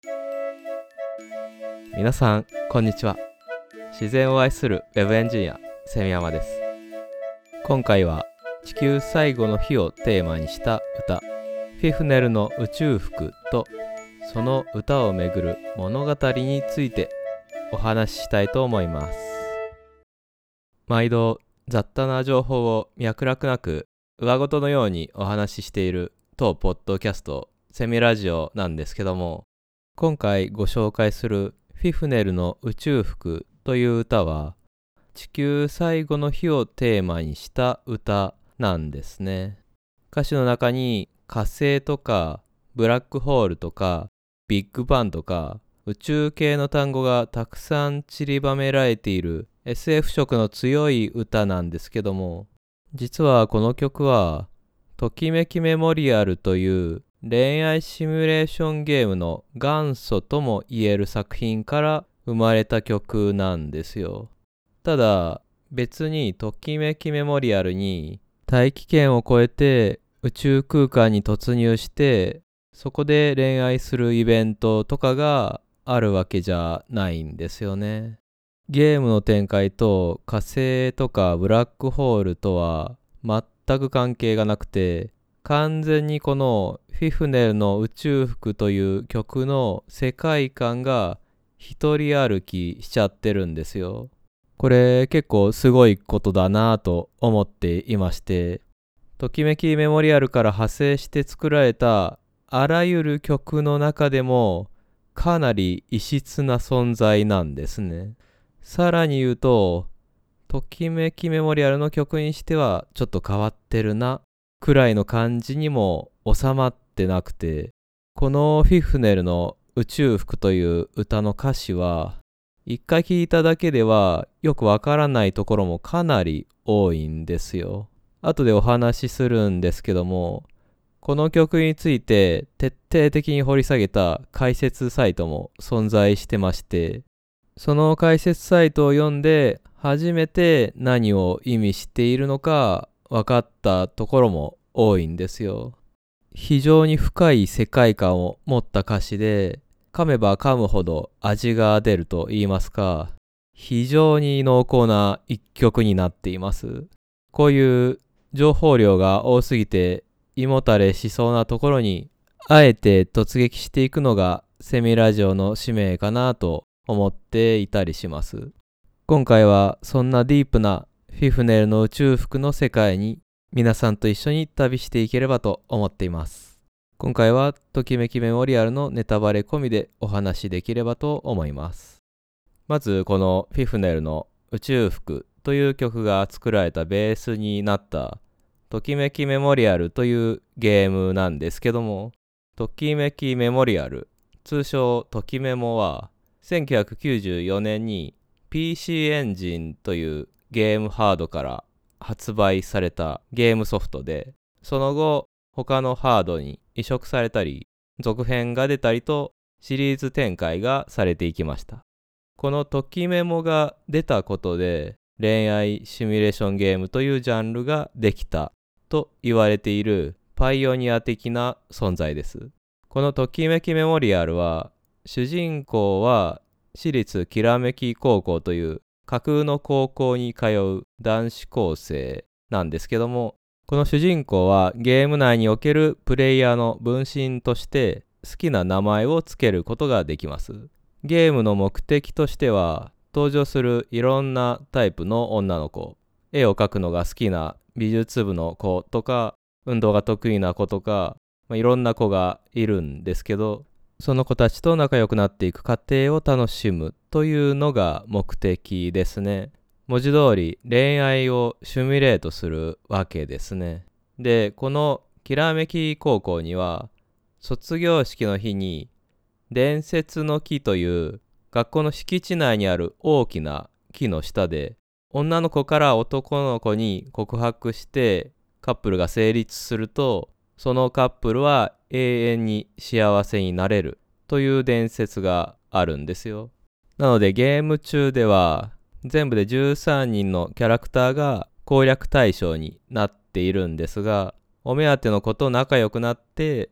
皆さんこんにちは。自然を愛するウェブエンジニアセミヤマです。今回は地球最後の日をテーマにした歌、フィフネルの宇宙服とその歌をめぐる物語についてお話ししたいと思います。毎度雑多な情報を脈絡なく上ごとのようにお話ししている当ポッドキャストセミラジオなんですけども、今回ご紹介するフィフネルの宇宙服という歌は地球最後の日をテーマにした歌なんですね。歌詞の中に火星とかブラックホールとかビッグバンとか宇宙系の単語がたくさん散りばめられている SF 色の強い歌なんですけども、実はこの曲はときめきメモリアルという恋愛シミュレーションゲームの元祖とも言える作品から生まれた曲なんですよ。ただ別にときめきメモリアルに大気圏を越えて宇宙空間に突入してそこで恋愛するイベントとかがあるわけじゃないんですよね。ゲームの展開と火星とかブラックホールとは全く関係がなくて、完全にこのフィフネルの宇宙服という曲の世界観が一人歩きしちゃってるんですよ。これ結構すごいことだなぁと思っていまして、ときめきメモリアルから派生して作られたあらゆる曲の中でもかなり異質な存在なんですね。さらに言うと、ときめきメモリアルの曲にしてはちょっと変わってるなくらいの感じにも収まってなくて、このフィフネルの宇宙服という歌の歌詞は一回聞いただけではよくわからないところもかなり多いんですよ。後でお話しするんですけども、この曲について徹底的に掘り下げた解説サイトも存在してまして、その解説サイトを読んで初めて何を意味しているのか分かったところも多いんですよ。非常に深い世界観を持った歌詞で、噛めば噛むほど味が出ると言いますか、非常に濃厚な一曲になっています。こういう情報量が多すぎて胃もたれしそうなところにあえて突撃していくのがセミラジオの使命かなと思っていたりします。今回はそんなディープなフィフネルの宇宙服の世界に皆さんと一緒に旅していければと思っています。今回はときめきメモリアルのネタバレ込みでお話しできればと思います。まずこのフィフネルの宇宙服という曲が作られたベースになったときめきメモリアルというゲームなんですけども、ときめきメモリアル、通称ときメモは1994年に PC エンジンというゲームハードから発売されたゲームソフトで、その後他のハードに移植されたり続編が出たりとシリーズ展開がされていきました。このときメモが出たことで恋愛シミュレーションゲームというジャンルができたと言われているパイオニア的な存在です。このときめきメモリアルは主人公は私立きらめき高校という架空の高校に通う男子高生なんですけども、この主人公はゲーム内におけるプレイヤーの分身として好きな名前をつけることができます。ゲームの目的としては登場するいろんなタイプの女の子、絵を描くのが好きな美術部の子とか運動が得意な子とか、いろんな子がいるんですけど、その子たちと仲良くなっていく過程を楽しむというのが目的ですね。文字通り恋愛をシミュレートするわけですね。で、このきらめき高校には卒業式の日に伝説の木という学校の敷地内にある大きな木の下で女の子から男の子に告白してカップルが成立すると、そのカップルは永遠に幸せになれるという伝説があるんですよ。なのでゲーム中では全部で13人のキャラクターが攻略対象になっているんですが、お目当ての子と仲良くなって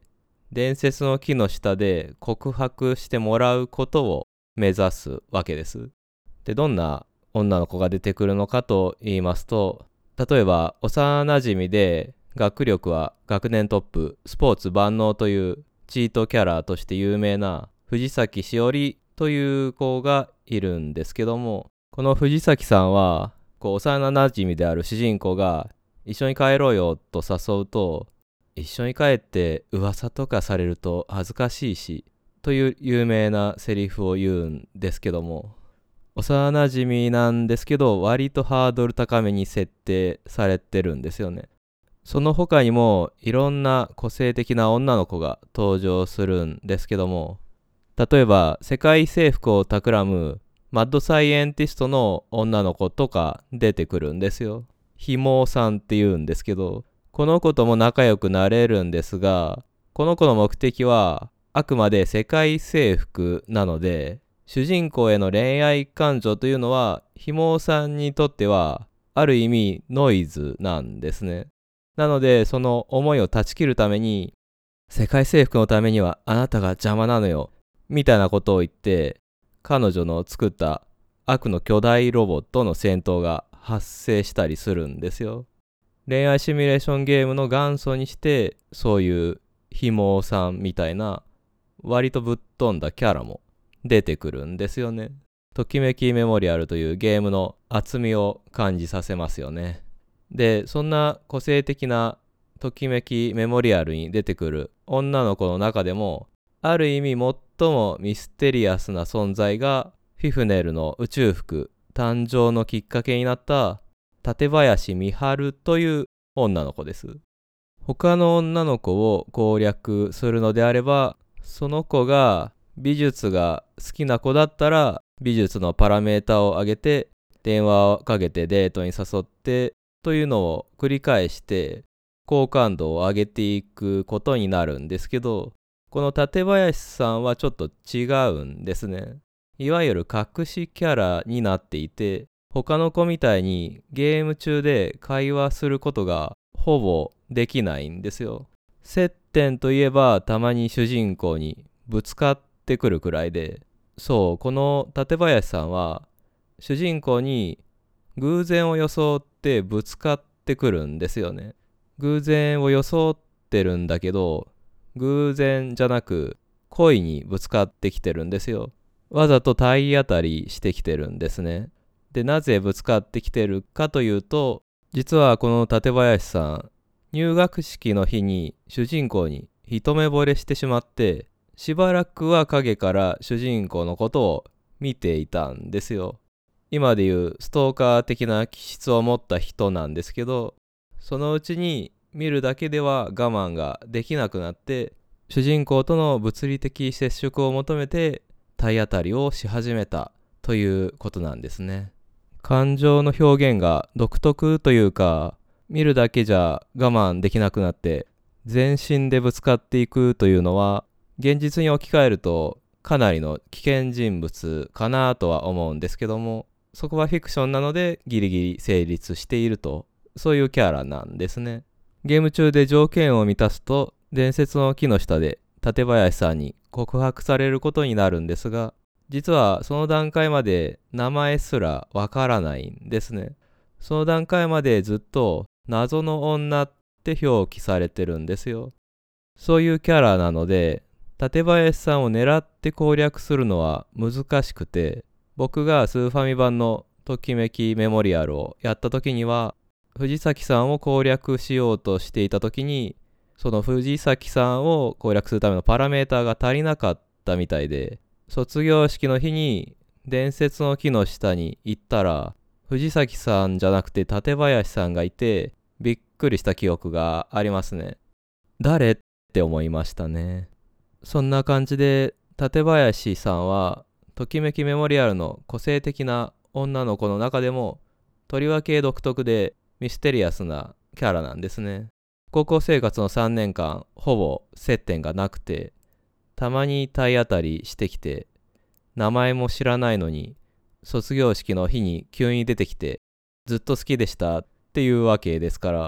伝説の木の下で告白してもらうことを目指すわけです。で、どんな女の子が出てくるのかと言いますと、例えば幼なじみで学力は学年トップ、スポーツ万能というチートキャラとして有名な藤崎しおりという子がいるんですけども、この藤崎さんは幼なじみである主人公が一緒に帰ろうよと誘うと、一緒に帰って噂とかされると恥ずかしいしという有名なセリフを言うんですけども、幼なじみなんですけど割とハードル高めに設定されてるんですよね。その他にもいろんな個性的な女の子が登場するんですけども、例えば世界征服を企むマッドサイエンティストの女の子とか出てくるんですよ。ひもさんって言うんですけど、この子とも仲良くなれるんですが、この子の目的はあくまで世界征服なので、主人公への恋愛感情というのはひもさんにとってはある意味ノイズなんですね。なのでその思いを断ち切るために、世界征服のためにはあなたが邪魔なのよみたいなことを言って、彼女の作った悪の巨大ロボットの戦闘が発生したりするんですよ。恋愛シミュレーションゲームの元祖にして、そういうひもさんみたいな割とぶっ飛んだキャラも出てくるんですよね。ときめきメモリアルというゲームの厚みを感じさせますよね。で、そんな個性的なときめきメモリアルに出てくる女の子の中でも、ある意味最もミステリアスな存在がフィフネルの宇宙服誕生のきっかけになった館林美晴という女の子です。他の女の子を攻略するのであれば、その子が美術が好きな子だったら美術のパラメータを上げて電話をかけてデートに誘ってというのを繰り返して好感度を上げていくことになるんですけど、この館林さんはちょっと違うんですね。いわゆる隠しキャラになっていて、他の子みたいにゲーム中で会話することがほぼできないんですよ。接点といえばたまに主人公にぶつかってくるくらいで、そう、この館林さんは主人公に偶然を装ってぶつかってくるんですよね。偶然を装ってるんだけど、偶然じゃなく恋にぶつかってきてるんですよ。わざと体当たりしてきてるんですね。で、なぜぶつかってきてるかというと、実はこの館林さん、入学式の日に主人公に一目惚れしてしまって、しばらくは影から主人公のことを見ていたんですよ。今でいうストーカー的な気質を持った人なんですけど、そのうちに見るだけでは我慢ができなくなって、主人公との物理的接触を求めて体当たりをし始めたということなんですね。感情の表現が独特というか、見るだけじゃ我慢できなくなって全身でぶつかっていくというのは、現実に置き換えるとかなりの危険人物かなとは思うんですけども、そこはフィクションなのでギリギリ成立していると、そういうキャラなんですね。ゲーム中で条件を満たすと伝説の木の下で館林さんに告白されることになるんですが、実はその段階まで名前すらわからないんですね。その段階までずっと謎の女って表記されてるんですよ。そういうキャラなので、館林さんを狙って攻略するのは難しくて、僕がスーファミ版のときめきメモリアルをやった時には、藤崎さんを攻略しようとしていた時に、その藤崎さんを攻略するためのパラメーターが足りなかったみたいで、卒業式の日に伝説の木の下に行ったら、藤崎さんじゃなくて館林さんがいて、びっくりした記憶がありますね。誰って思いましたね。そんな感じで、館林さんはときめきメモリアルの個性的な女の子の中でもとりわけ独特でミステリアスなキャラなんですね。高校生活の3年間ほぼ接点がなくて、たまに体当たりしてきて、名前も知らないのに卒業式の日に急に出てきてずっと好きでしたっていうわけですから、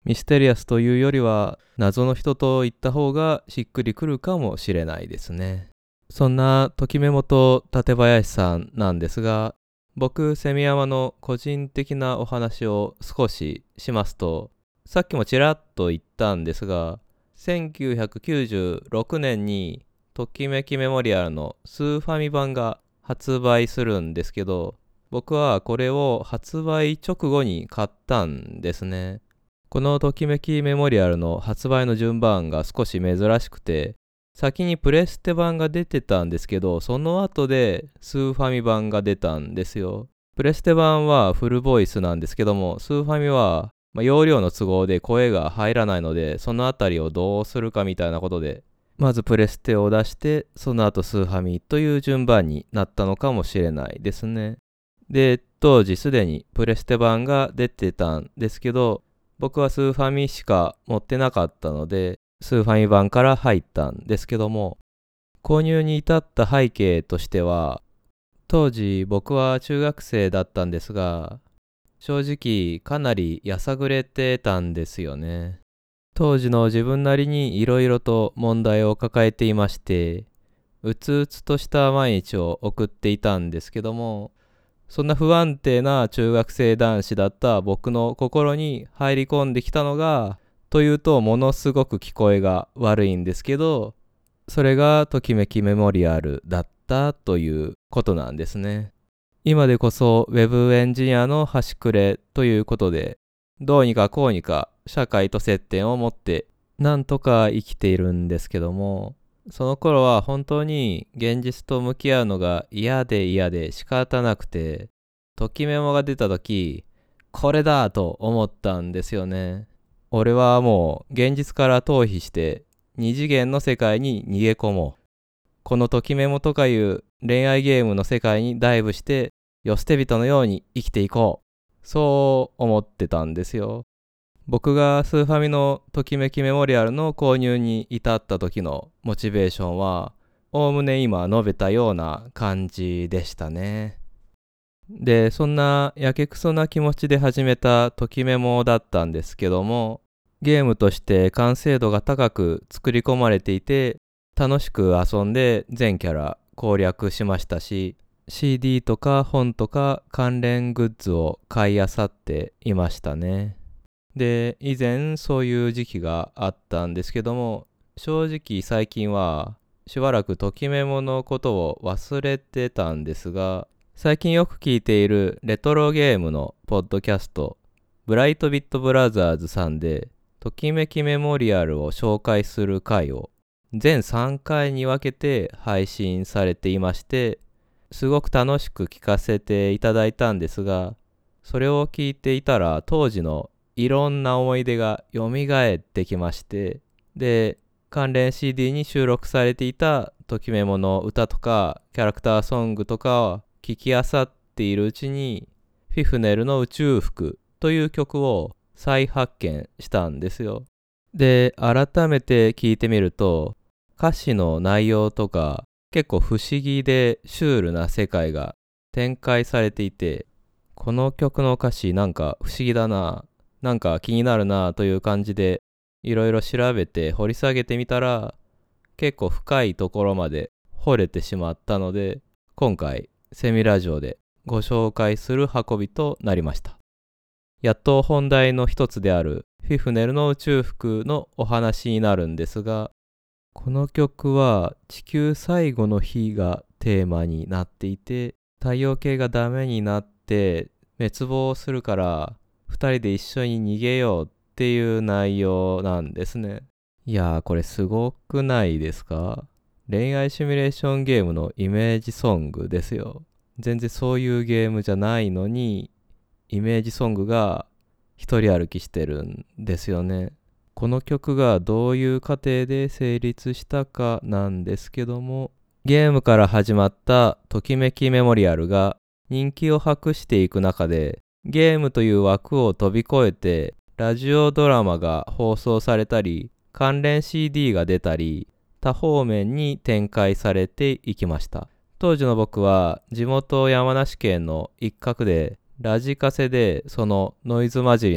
ミステリアスというよりは謎の人と言った方がしっくりくるかもしれないですね。そんなときメモと館林さんなんですが、僕セミヤマの個人的なお話を少ししますと、さっきもちらっと言ったんですが、1996年にときめきメモリアルのスーファミ版が発売するんですけど、僕はこれを発売直後に買ったんですね。このときめきメモリアルの発売の順番が少し珍しくて、先にプレステ版が出てたんですけど、その後でスーファミ版が出たんですよ。プレステ版はフルボイスなんですけども、スーファミは容量の都合で声が入らないので、そのあたりをどうするかみたいなことで、まずプレステを出して、その後スーファミという順番になったのかもしれないですね。で、当時すでにプレステ版が出てたんですけど、僕はスーファミしか持ってなかったので、スーファミ版から入ったんですけども、購入に至った背景としては、当時僕は中学生だったんですが、正直かなりやさぐれてたんですよね。当時の自分なりにいろいろと問題を抱えていまして、うつうつとした毎日を送っていたんですけども、そんな不安定な中学生男子だった僕の心に入り込んできたのが、というとものすごく聞こえが悪いんですけど、それがときめきメモリアルだったということなんですね。今でこそウェブエンジニアの端くれということで、どうにかこうにか社会と接点を持ってなんとか生きているんですけども、その頃は本当に現実と向き合うのが嫌で仕方なくて、ときメモが出た時、これだと思ったんですよね。俺はもう現実から逃避して二次元の世界に逃げ込もう。このときメモとかいう恋愛ゲームの世界にダイブして、世捨て人のように生きていこう。そう思ってたんですよ。僕がスーファミのときめきメモリアルの購入に至った時のモチベーションは、おおむね今述べたような感じでしたね。で、そんなやけくそな気持ちで始めたときメモだったんですけども、ゲームとして完成度が高く作り込まれていて、楽しく遊んで全キャラ攻略しましたし、CD とか本とか関連グッズを買い漁っていましたね。で、以前そういう時期があったんですけども、正直最近はしばらくときメモのことを忘れてたんですが、最近よく聞いているレトロゲームのポッドキャスト、ブライトビットブラザーズさんで、ときめきメモリアルを紹介する回を全3回に分けて配信されていまして、すごく楽しく聞かせていただいたんですが、それを聞いていたら当時のいろんな思い出が蘇ってきまして、で、関連 CD に収録されていたときメモの歌とかキャラクターソングとかを聞き漁っているうちに、フィフネルの宇宙服という曲を再発見したんですよ。で、改めて聞いてみると、歌詞の内容とか結構不思議でシュールな世界が展開されていて、この曲の歌詞なんか不思議だな、なんか気になるなという感じでいろいろ調べて掘り下げてみたら、結構深いところまで掘れてしまったので、今回セミラジオでご紹介する運びとなりました。やっと本題の一つであるフィフネルの宇宙服のお話になるんですが、この曲は地球最後の日がテーマになっていて、太陽系がダメになって滅亡するから二人で一緒に逃げようっていう内容なんですね。いやー、これすごくないですか？恋愛シミュレーションゲームのイメージソングですよ。全然そういうゲームじゃないのに、イメージソングが一人歩きしてるんですよね。この曲がどういう過程で成立したかなんですけども、ゲームから始まったときめきメモリアルが人気を博していく中で、ゲームという枠を飛び越えてラジオドラマが放送されたり、関連 CD が出たり、多方面に展開されていきました。当時の僕は地元山梨県の一角でラジカセでそのノイズ混じりの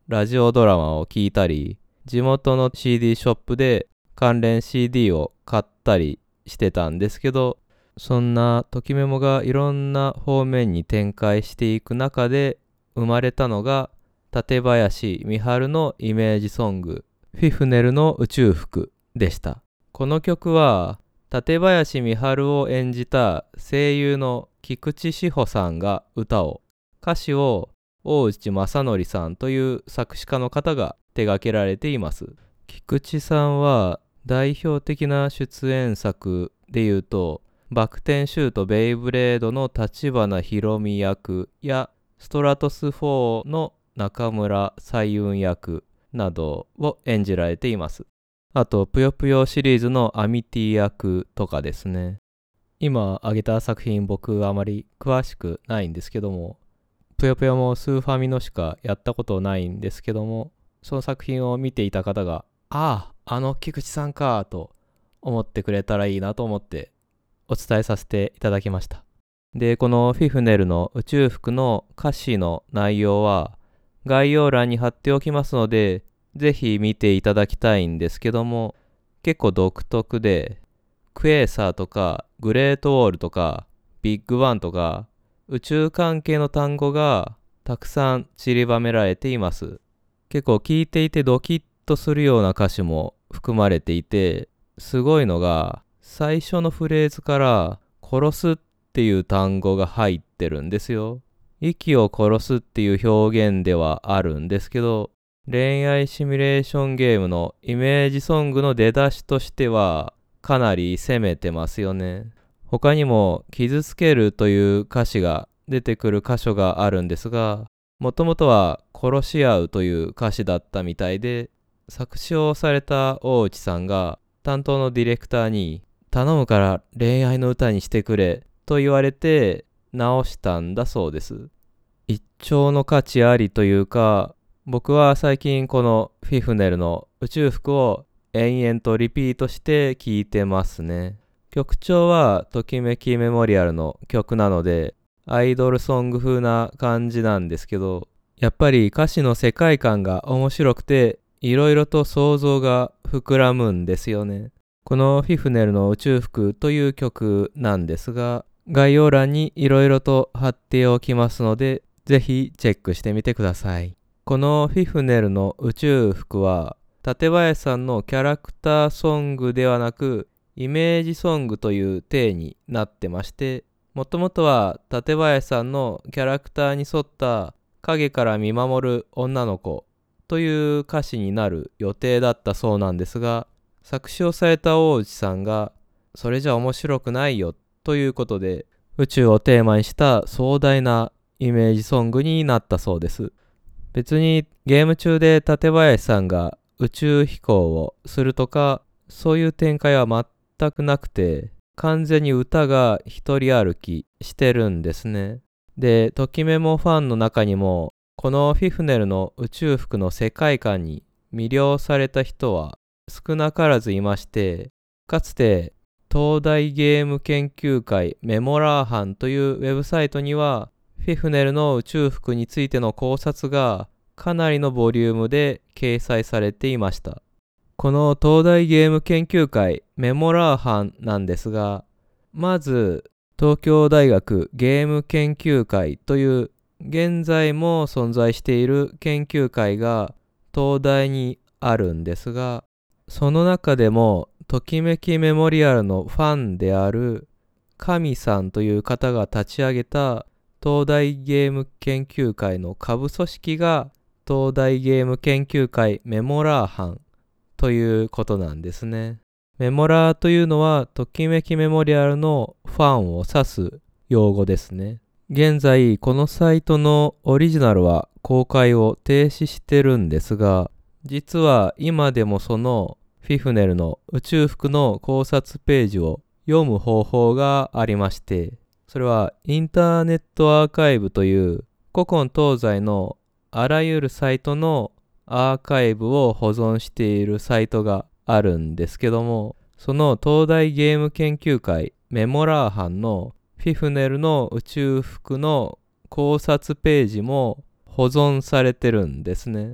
ラジオドラマを聴いたり、地元の CD ショップで関連 CD を買ったりしてたんですけど、そんなときメモがいろんな方面に展開していく中で生まれたのが館林美晴のイメージソングフィフネルの宇宙服でした。この曲は館林美晴を演じた声優の菊池志保さんが歌を、歌詞を大内正則さんという作詞家の方が手掛けられています。菊池さんは代表的な出演作でいうと、バク転シュートベイブレードの立花宏美役やストラトス4の中村彩雲役などを演じられています。あとぷよぷよシリーズのアミティ役とかですね。今挙げた作品僕あまり詳しくないんですけども、ぷよぷよもスーファミのしかやったことないんですけども、その作品を見ていた方があの菊池さんかと思ってくれたらいいなと思ってお伝えさせていただきました。で、このフィフネルの宇宙服の歌詞の内容は概要欄に貼っておきますので、ぜひ見ていただきたいんですけども、結構独特で、クエーサーとかグレートウォールとかビッグバンとか宇宙関係の単語がたくさん散りばめられています。結構聞いていてドキッとするような歌詞も含まれていて、すごいのが最初のフレーズから殺すっていう単語が入ってるんですよ。息を殺すっていう表現ではあるんですけど、恋愛シミュレーションゲームのイメージソングの出だしとしてはかなり攻めてますよね。他にも傷つけるという歌詞が出てくる箇所があるんですが、もともとは殺し合うという歌詞だったみたいで、作詞をされた大内さんが担当のディレクターに頼むから恋愛の歌にしてくれと言われて直したんだそうです。一丁の価値ありというか、僕は最近このフィフネルの宇宙服を延々とリピートして聴いてますね。曲調はときめきメモリアルの曲なのでアイドルソング風な感じなんですけど、やっぱり歌詞の世界観が面白くていろいろと想像が膨らむんですよね。このフィフネルの宇宙服という曲なんですが、概要欄にいろいろと貼っておきますので、ぜひチェックしてみてください。このフィフネルの宇宙服は、館林さんのキャラクターソングではなく、イメージソングという体になってまして、もともとは館林さんのキャラクターに沿った影から見守る女の子という歌詞になる予定だったそうなんですが、作詞をされた大内さんが、それじゃ面白くないよということで、宇宙をテーマにした壮大なイメージソングになったそうです。別にゲーム中で館林さんが宇宙飛行をするとか、そういう展開は全くなくて、完全に歌が一人歩きしてるんですね。で、ときメモファンの中にも、このフィフネルの宇宙服の世界観に魅了された人は少なからずいまして、かつて東大ゲーム研究会メモラー班というウェブサイトには、フィフネルの宇宙服についての考察がかなりのボリュームで掲載されていました。この東大ゲーム研究会メモラー班なんですが、まず東京大学ゲーム研究会という現在も存在している研究会が東大にあるんですが、その中でもときめきメモリアルのファンである神さんという方が立ち上げた東大ゲーム研究会の下部組織が東大ゲーム研究会メモラー班ということなんですね。メモラーというのはときめきメモリアルのファンを指す用語ですね。現在このサイトのオリジナルは公開を停止してるんですが、実は今でもそのフィフネルの宇宙服の考察ページを読む方法がありまして、それはインターネットアーカイブという古今東西のあらゆるサイトのアーカイブを保存しているサイトがあるんですけども、その東大ゲーム研究会メモラー班のフィフネルの宇宙服の考察ページも保存されてるんですね。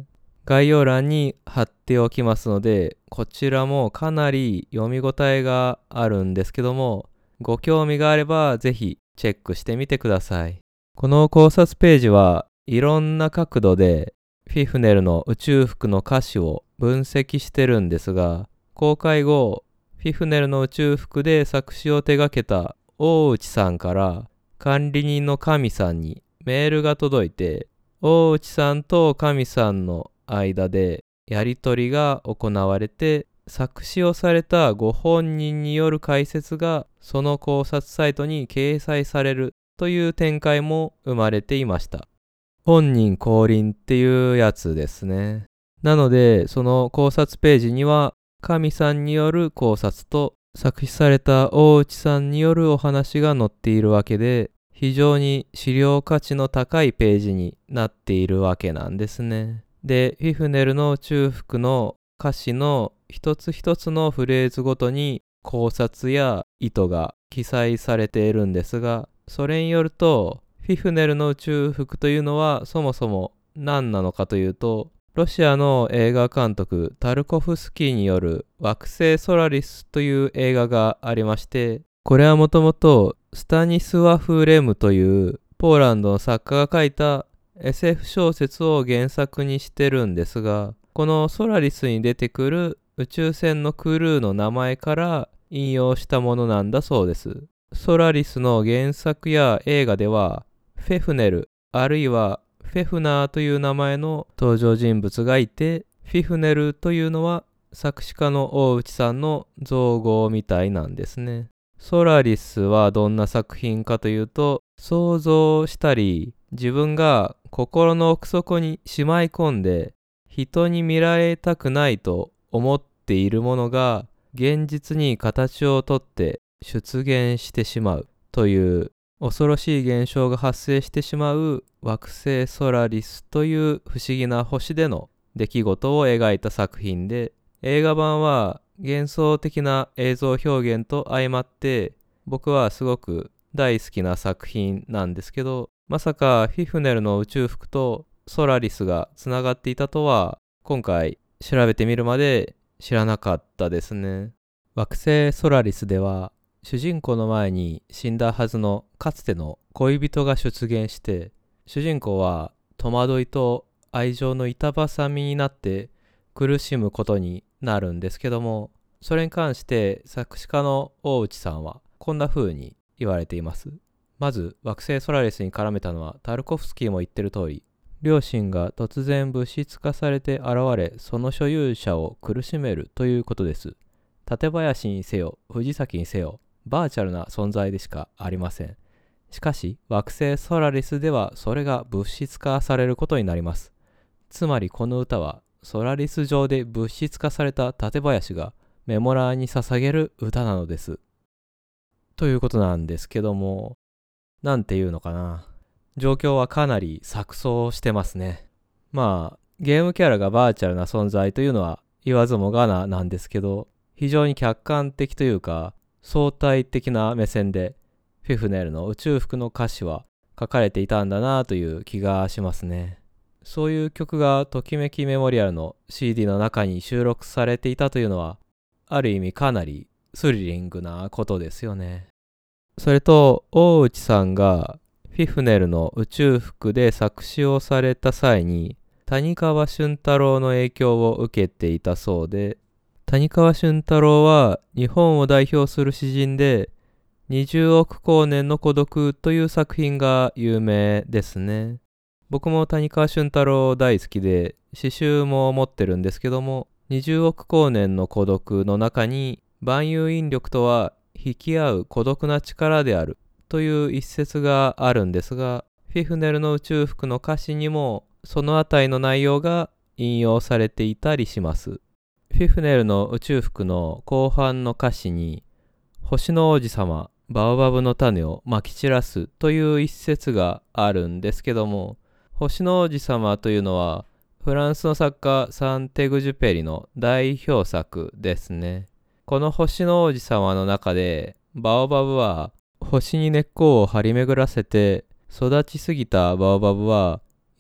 概要欄に貼っておきますので、こちらもかなり読み応えがあるんですけども、ご興味があればぜひチェックしてみてください。この考察ページはいろんな角度でフィフネルの宇宙服の歌詞を分析してるんですが、公開後、フィフネルの宇宙服で作詞を手掛けた大内さんから管理人の神さんにメールが届いて、大内さんと神さんの間でやり取りが行われて、作詞をされたご本人による解説がその考察サイトに掲載されるという展開も生まれていました。本人降臨っていうやつですね。なので、その考察ページには神さんによる考察と作詞された大内さんによるお話が載っているわけで、非常に資料価値の高いページになっているわけなんですね。で、フィフネルの中腹の歌詞の一つ一つのフレーズごとに考察や意図が記載されているんですが、それによると、フィフネルの宇宙服というのはそもそも何なのかというと、ロシアの映画監督タルコフスキーによる惑星ソラリスという映画がありまして、これはもともとスタニスワフ・レムというポーランドの作家が書いた SF 小説を原作にしてるんですが、このソラリスに出てくる宇宙船のクルーの名前から引用したものなんだそうです。ソラリスの原作や映画ではフェフネルあるいはフェフナーという名前の登場人物がいて、フィフネルというのは作詞家の大内さんの造語みたいなんですね。ソラリスはどんな作品かというと、想像したり自分が心の奥底にしまい込んで人に見られたくないと思っているものが現実に形をとって出現してしまうという恐ろしい現象が発生してしまう惑星ソラリスという不思議な星での出来事を描いた作品で、映画版は幻想的な映像表現と相まって僕はすごく大好きな作品なんですけど、まさかフィフネルの宇宙服とソラリスがつながっていたとは今回調べてみるまで知らなかったですね。惑星ソラリスでは主人公の前に死んだはずのかつての恋人が出現して、主人公は戸惑いと愛情の板挟みになって苦しむことになるんですけども、それに関して作詞家の大内さんはこんな風に言われています。まず惑星ソラリスに絡めたのはタルコフスキーも言ってる通り、両親が突然物質化されて現れ、その所有者を苦しめるということです。館林にせよ藤崎にせよバーチャルな存在でしかありません。しかし惑星ソラリスではそれが物質化されることになります。つまりこの歌はソラリス上で物質化された館林がメモラーに捧げる歌なのです。ということなんですけども、なんていうのかな。状況はかなり錯綜してますね。まあ、ゲームキャラがバーチャルな存在というのは言わずもがななんですけど、非常に客観的というか、相対的な目線でフィフネルの宇宙服の歌詞は書かれていたんだなという気がしますね。そういう曲がときめきメモリアルの CD の中に収録されていたというのは、ある意味かなりスリリングなことですよね。それと大内さんがフィフネルの宇宙服で作詞をされた際に谷川俊太郎の影響を受けていたそうで、谷川俊太郎は日本を代表する詩人で、20億光年の孤独という作品が有名ですね。僕も谷川俊太郎大好きで詩集も持ってるんですけども、20億光年の孤独の中に万有引力とは引き合う孤独な力であるという一節があるんですが、フィフネルの宇宙服の歌詞にもそのあたりの内容が引用されていたりします。フィフネルの宇宙服の後半の歌詞に、星の王子様バオバブの種をまき散らすという一節があるんですけども、星の王子様というのはフランスの作家サンテグジュペリの代表作ですね。この星の王子様の中でバオバブは星に根っこを張り巡らせて、育ちすぎたバオバブは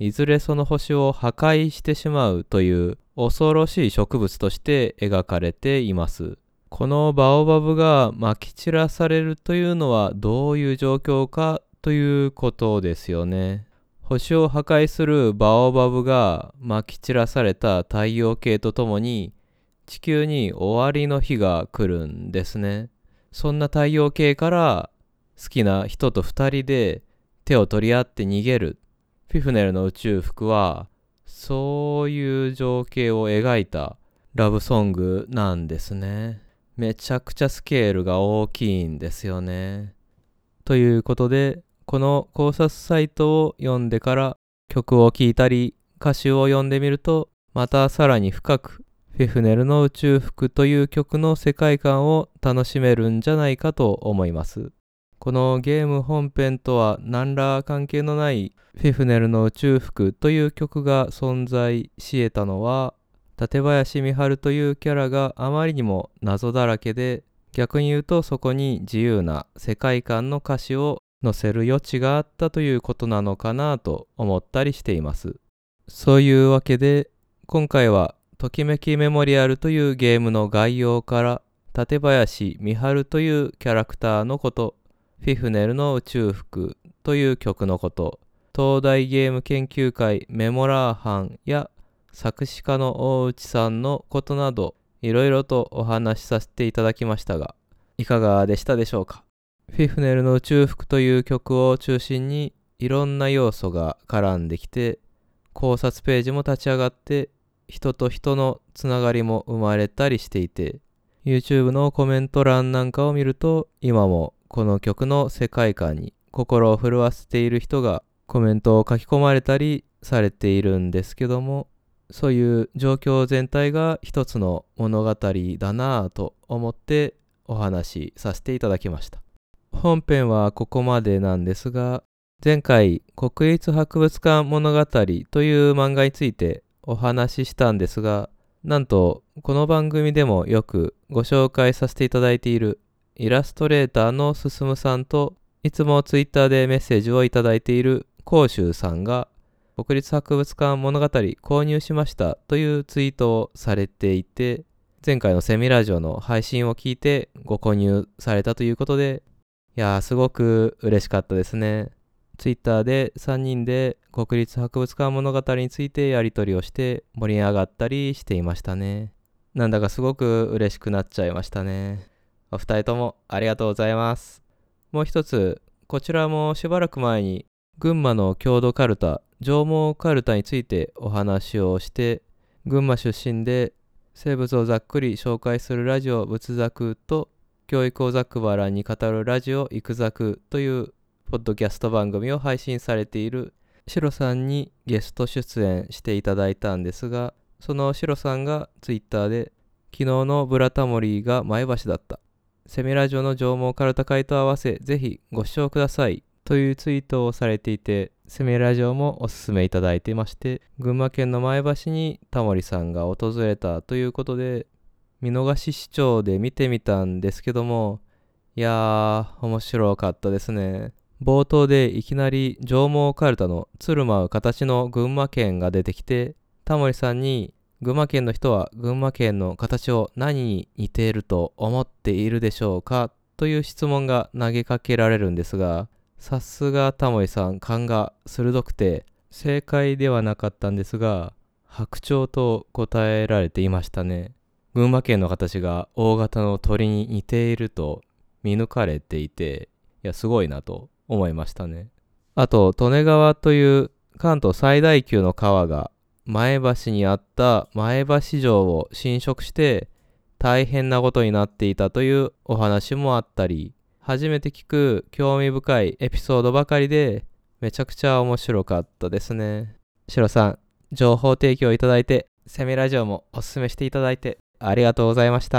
いずれその星を破壊してしまうという恐ろしい植物として描かれています。このバオバブがまき散らされるというのはどういう状況かということですよね。星を破壊するバオバブがまき散らされた太陽系とともに地球に終わりの日が来るんですね。そんな太陽系から好きな人と二人で手を取り合って逃げる。フィフネルの宇宙服はそういう情景を描いたラブソングなんですね。めちゃくちゃスケールが大きいんですよね。ということで、この考察サイトを読んでから曲を聴いたり歌詞を読んでみると、またさらに深くフィフネルの宇宙服という曲の世界観を楽しめるんじゃないかと思います。このゲーム本編とは何ら関係のないフィフネルの宇宙服という曲が存在し得たのは、館林美晴というキャラがあまりにも謎だらけで、逆に言うとそこに自由な世界観の歌詞を載せる余地があったということなのかなと思ったりしています。そういうわけで、今回はときめきメモリアルというゲームの概要から、館林美晴というキャラクターのこと、フィフネルの宇宙服という曲のこと、東大ゲーム研究会メモラー班や作詞家の大内さんのことなど、いろいろとお話しさせていただきましたが、いかがでしたでしょうか。フィフネルの宇宙服という曲を中心にいろんな要素が絡んできて、考察ページも立ち上がって、人と人のつながりも生まれたりしていて、YouTube のコメント欄なんかを見ると、今もこの曲の世界観に心を震わせている人がコメントを書き込まれたりされているんですけども、そういう状況全体が一つの物語だなぁと思ってお話しさせていただきました。本編はここまでなんですが、前回国立博物館物語という漫画についてお話ししたんですが、なんとこの番組でもよくご紹介させていただいているイラストレーターのすすむさんと、いつもツイッターでメッセージをいただいている甲州さんが、国立博物館物語購入しましたというツイートをされていて、前回のセミラジオの配信を聞いてご購入されたということで、いやーすごく嬉しかったですね。ツイッターで3人で国立博物館物語についてやり取りをして盛り上がったりしていましたね。なんだかすごく嬉しくなっちゃいましたね。お二人ともありがとうございます。もう一つ、こちらもしばらく前に群馬の郷土カルタ、上毛カルタについてお話をして、群馬出身で生物をざっくり紹介するラジオ仏作と、教育をざっくばらんに語るラジオ育作というポッドキャスト番組を配信されているシロさんにゲスト出演していただいたんですが、そのシロさんがツイッターで、昨日のブラタモリーが前橋だった。セミラジオの上毛カルタ会と合わせぜひご視聴くださいというツイートをされていて、セミラジオもおすすめいただいていまして、群馬県の前橋にタモリさんが訪れたということで、見逃し視聴で見てみたんですけども、いやー面白かったですね。冒頭でいきなり上毛カルタの鶴舞う形の群馬県が出てきて、タモリさんに群馬県の人は群馬県の形を何に似ていると思っているでしょうかという質問が投げかけられるんですが、さすがタモリさん勘が鋭くて正解ではなかったんですが、白鳥と答えられていましたね。群馬県の形が大型の鳥に似ていると見抜かれていて、いやすごいなと思いましたね。あと利根川という関東最大級の川が前橋にあった前橋城を侵食して大変なことになっていたというお話もあったり、初めて聞く興味深いエピソードばかりでめちゃくちゃ面白かったですね。シロさん、情報提供いただいて、セミラジオもおすすめしていただいてありがとうございました。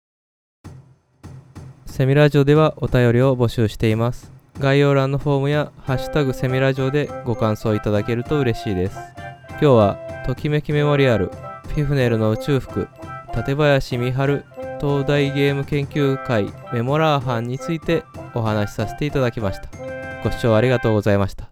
セミラジオではお便りを募集しています。概要欄のフォームやハッシュタグセミラジオでご感想いただけると嬉しいです。今日はときめきメモリアル、フィフネルの宇宙服、館林美晴、東大ゲーム研究会メモラー班についてお話しさせていただきました。ご視聴ありがとうございました。